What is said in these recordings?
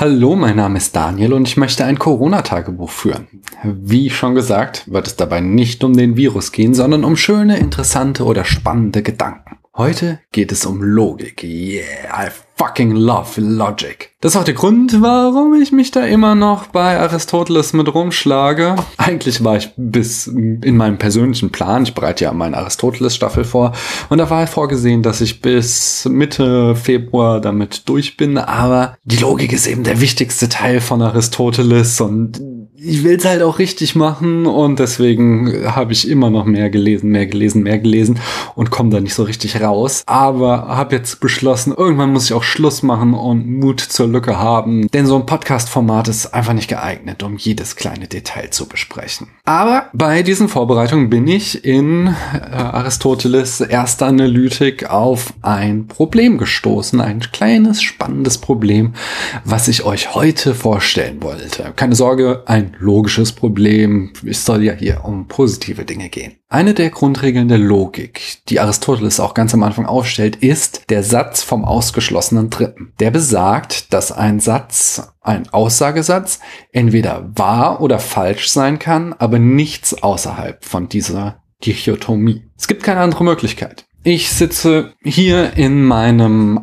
Hallo, mein Name ist Daniel und ich möchte ein Corona-Tagebuch führen. Wie schon gesagt, wird es dabei nicht um den Virus gehen, sondern um schöne, interessante oder spannende Gedanken. Heute geht es um Logik. Yeah, I fucking love logic. Das ist auch der Grund, warum ich mich da immer noch bei Aristoteles mit rumschlage. Eigentlich war ich bis in meinem persönlichen Plan, ich bereite ja meine Aristoteles-Staffel vor, und da war vorgesehen, dass ich bis Mitte Februar damit durch bin, aber die Logik ist eben der wichtigste Teil von Aristoteles und ich will es halt auch richtig machen und deswegen habe ich immer noch mehr gelesen und komme da nicht so richtig raus. Aber habe jetzt beschlossen, irgendwann muss ich auch Schluss machen und Mut zur Lücke haben, denn so ein Podcast-Format ist einfach nicht geeignet, um jedes kleine Detail zu besprechen. Aber bei diesen Vorbereitungen bin ich in Aristoteles erster Analytik auf ein Problem gestoßen, ein kleines, spannendes Problem, was ich euch heute vorstellen wollte. Keine Sorge, ein logisches Problem. Es soll ja hier um positive Dinge gehen. Eine der Grundregeln der Logik, die Aristoteles auch ganz am Anfang aufstellt, ist der Satz vom ausgeschlossenen Dritten. Der besagt, dass ein Satz, ein Aussagesatz, entweder wahr oder falsch sein kann, aber nichts außerhalb von dieser Dichotomie. Es gibt keine andere Möglichkeit. Ich sitze hier in meinem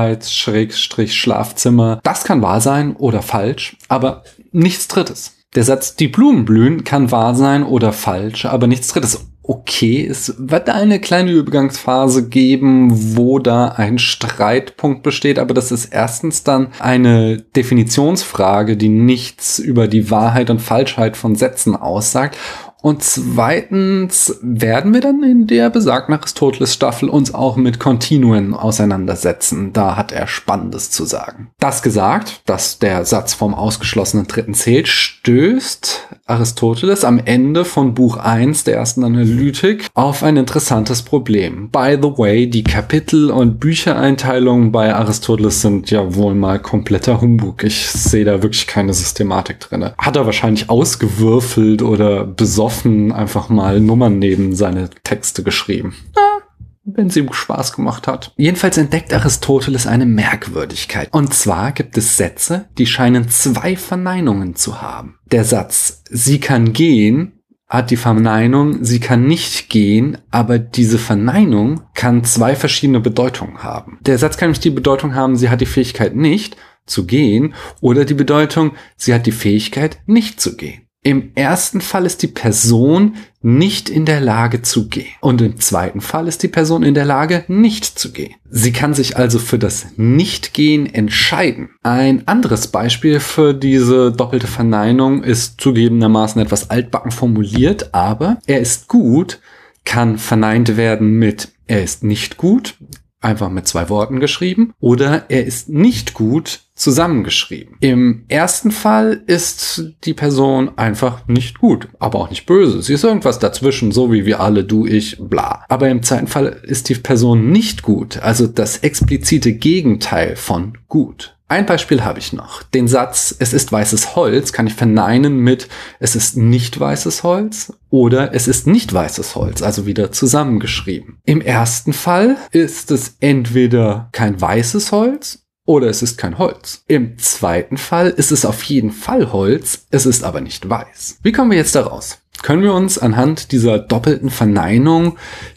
Arbeits-Schlafzimmer. Das kann wahr sein oder falsch, aber nichts Drittes. Der Satz, die Blumen blühen, kann wahr sein oder falsch, aber nichts Drittes. Okay, es wird eine kleine Übergangsphase geben, wo da ein Streitpunkt besteht, aber das ist erstens dann eine Definitionsfrage, die nichts über die Wahrheit und Falschheit von Sätzen aussagt. Und zweitens werden wir dann in der besagten Aristoteles-Staffel uns auch mit Kontinuen auseinandersetzen. Da hat er Spannendes zu sagen. Das gesagt, dass der Satz vom ausgeschlossenen Dritten zählt, stößt Aristoteles am Ende von Buch 1 der ersten Analytik auf ein interessantes Problem. By the way, die Kapitel- und Büchereinteilungen bei Aristoteles sind ja wohl mal kompletter Humbug. Ich sehe da wirklich keine Systematik drin. Hat er wahrscheinlich ausgewürfelt oder besoffen einfach mal Nummern neben seine Texte geschrieben. Wenn es ihm Spaß gemacht hat. Jedenfalls entdeckt Aristoteles eine Merkwürdigkeit. Und zwar gibt es Sätze, die scheinen zwei Verneinungen zu haben. Der Satz, sie kann gehen, hat die Verneinung, sie kann nicht gehen, aber diese Verneinung kann zwei verschiedene Bedeutungen haben. Der Satz kann nicht die Bedeutung haben, sie hat die Fähigkeit nicht zu gehen, oder die Bedeutung, sie hat die Fähigkeit nicht zu gehen. Im ersten Fall ist die Person nicht in der Lage zu gehen. Und im zweiten Fall ist die Person in der Lage, nicht zu gehen. Sie kann sich also für das Nichtgehen entscheiden. Ein anderes Beispiel für diese doppelte Verneinung ist zugegebenermaßen etwas altbacken formuliert, aber er ist gut, kann verneint werden mit er ist nicht gut, einfach mit zwei Worten geschrieben, oder er ist nicht gut zusammengeschrieben. Im ersten Fall ist die Person einfach nicht gut, aber auch nicht böse. Sie ist irgendwas dazwischen, so wie wir alle, du, ich, bla. Aber im zweiten Fall ist die Person nicht gut, also das explizite Gegenteil von gut. Ein Beispiel habe ich noch. Den Satz, es ist weißes Holz, kann ich verneinen mit es ist nicht weißes Holz oder es ist nicht weißes Holz, also wieder zusammengeschrieben. Im ersten Fall ist es entweder kein weißes Holz oder es ist kein Holz. Im zweiten Fall ist es auf jeden Fall Holz, es ist aber nicht weiß. Wie kommen wir jetzt da raus? Können wir uns anhand dieser doppelten Verneinung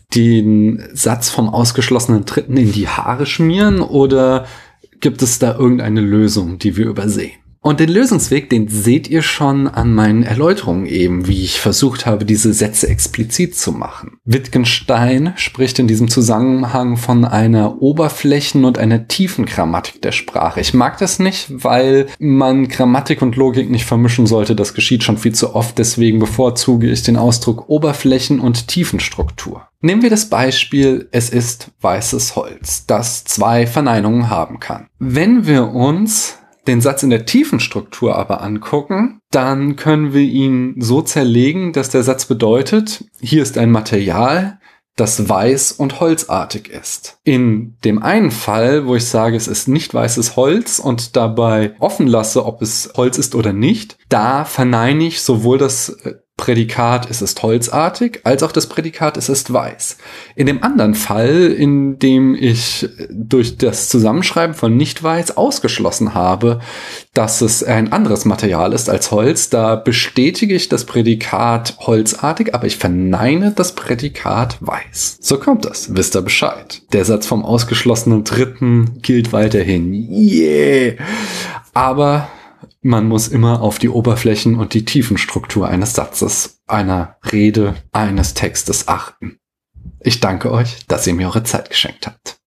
den Satz vom ausgeschlossenen Dritten in die Haare schmieren oder gibt es da irgendeine Lösung, die wir übersehen? Und den Lösungsweg, den seht ihr schon an meinen Erläuterungen eben, wie ich versucht habe, diese Sätze explizit zu machen. Wittgenstein spricht in diesem Zusammenhang von einer Oberflächen- und einer tiefen Grammatik der Sprache. Ich mag das nicht, weil man Grammatik und Logik nicht vermischen sollte. Das geschieht schon viel zu oft. Deswegen bevorzuge ich den Ausdruck Oberflächen- und Tiefenstruktur. Nehmen wir das Beispiel, es ist weißes Holz, das zwei Verneinungen haben kann. Wenn wir uns den Satz in der tiefen Struktur aber angucken, dann können wir ihn so zerlegen, dass der Satz bedeutet, hier ist ein Material, das weiß und holzartig ist. In dem einen Fall, wo ich sage, es ist nicht weißes Holz und dabei offen lasse, ob es Holz ist oder nicht, da verneine ich sowohl das Prädikat es ist holzartig, als auch das Prädikat es ist weiß. In dem anderen Fall, in dem ich durch das Zusammenschreiben von nicht weiß ausgeschlossen habe, dass es ein anderes Material ist als Holz, da bestätige ich das Prädikat holzartig, aber ich verneine das Prädikat weiß. So kommt das, wisst ihr Bescheid. Der Satz vom ausgeschlossenen Dritten gilt weiterhin. Yeah! Aber man muss immer auf die Oberflächen und die Tiefenstruktur eines Satzes, einer Rede, eines Textes achten. Ich danke euch, dass ihr mir eure Zeit geschenkt habt.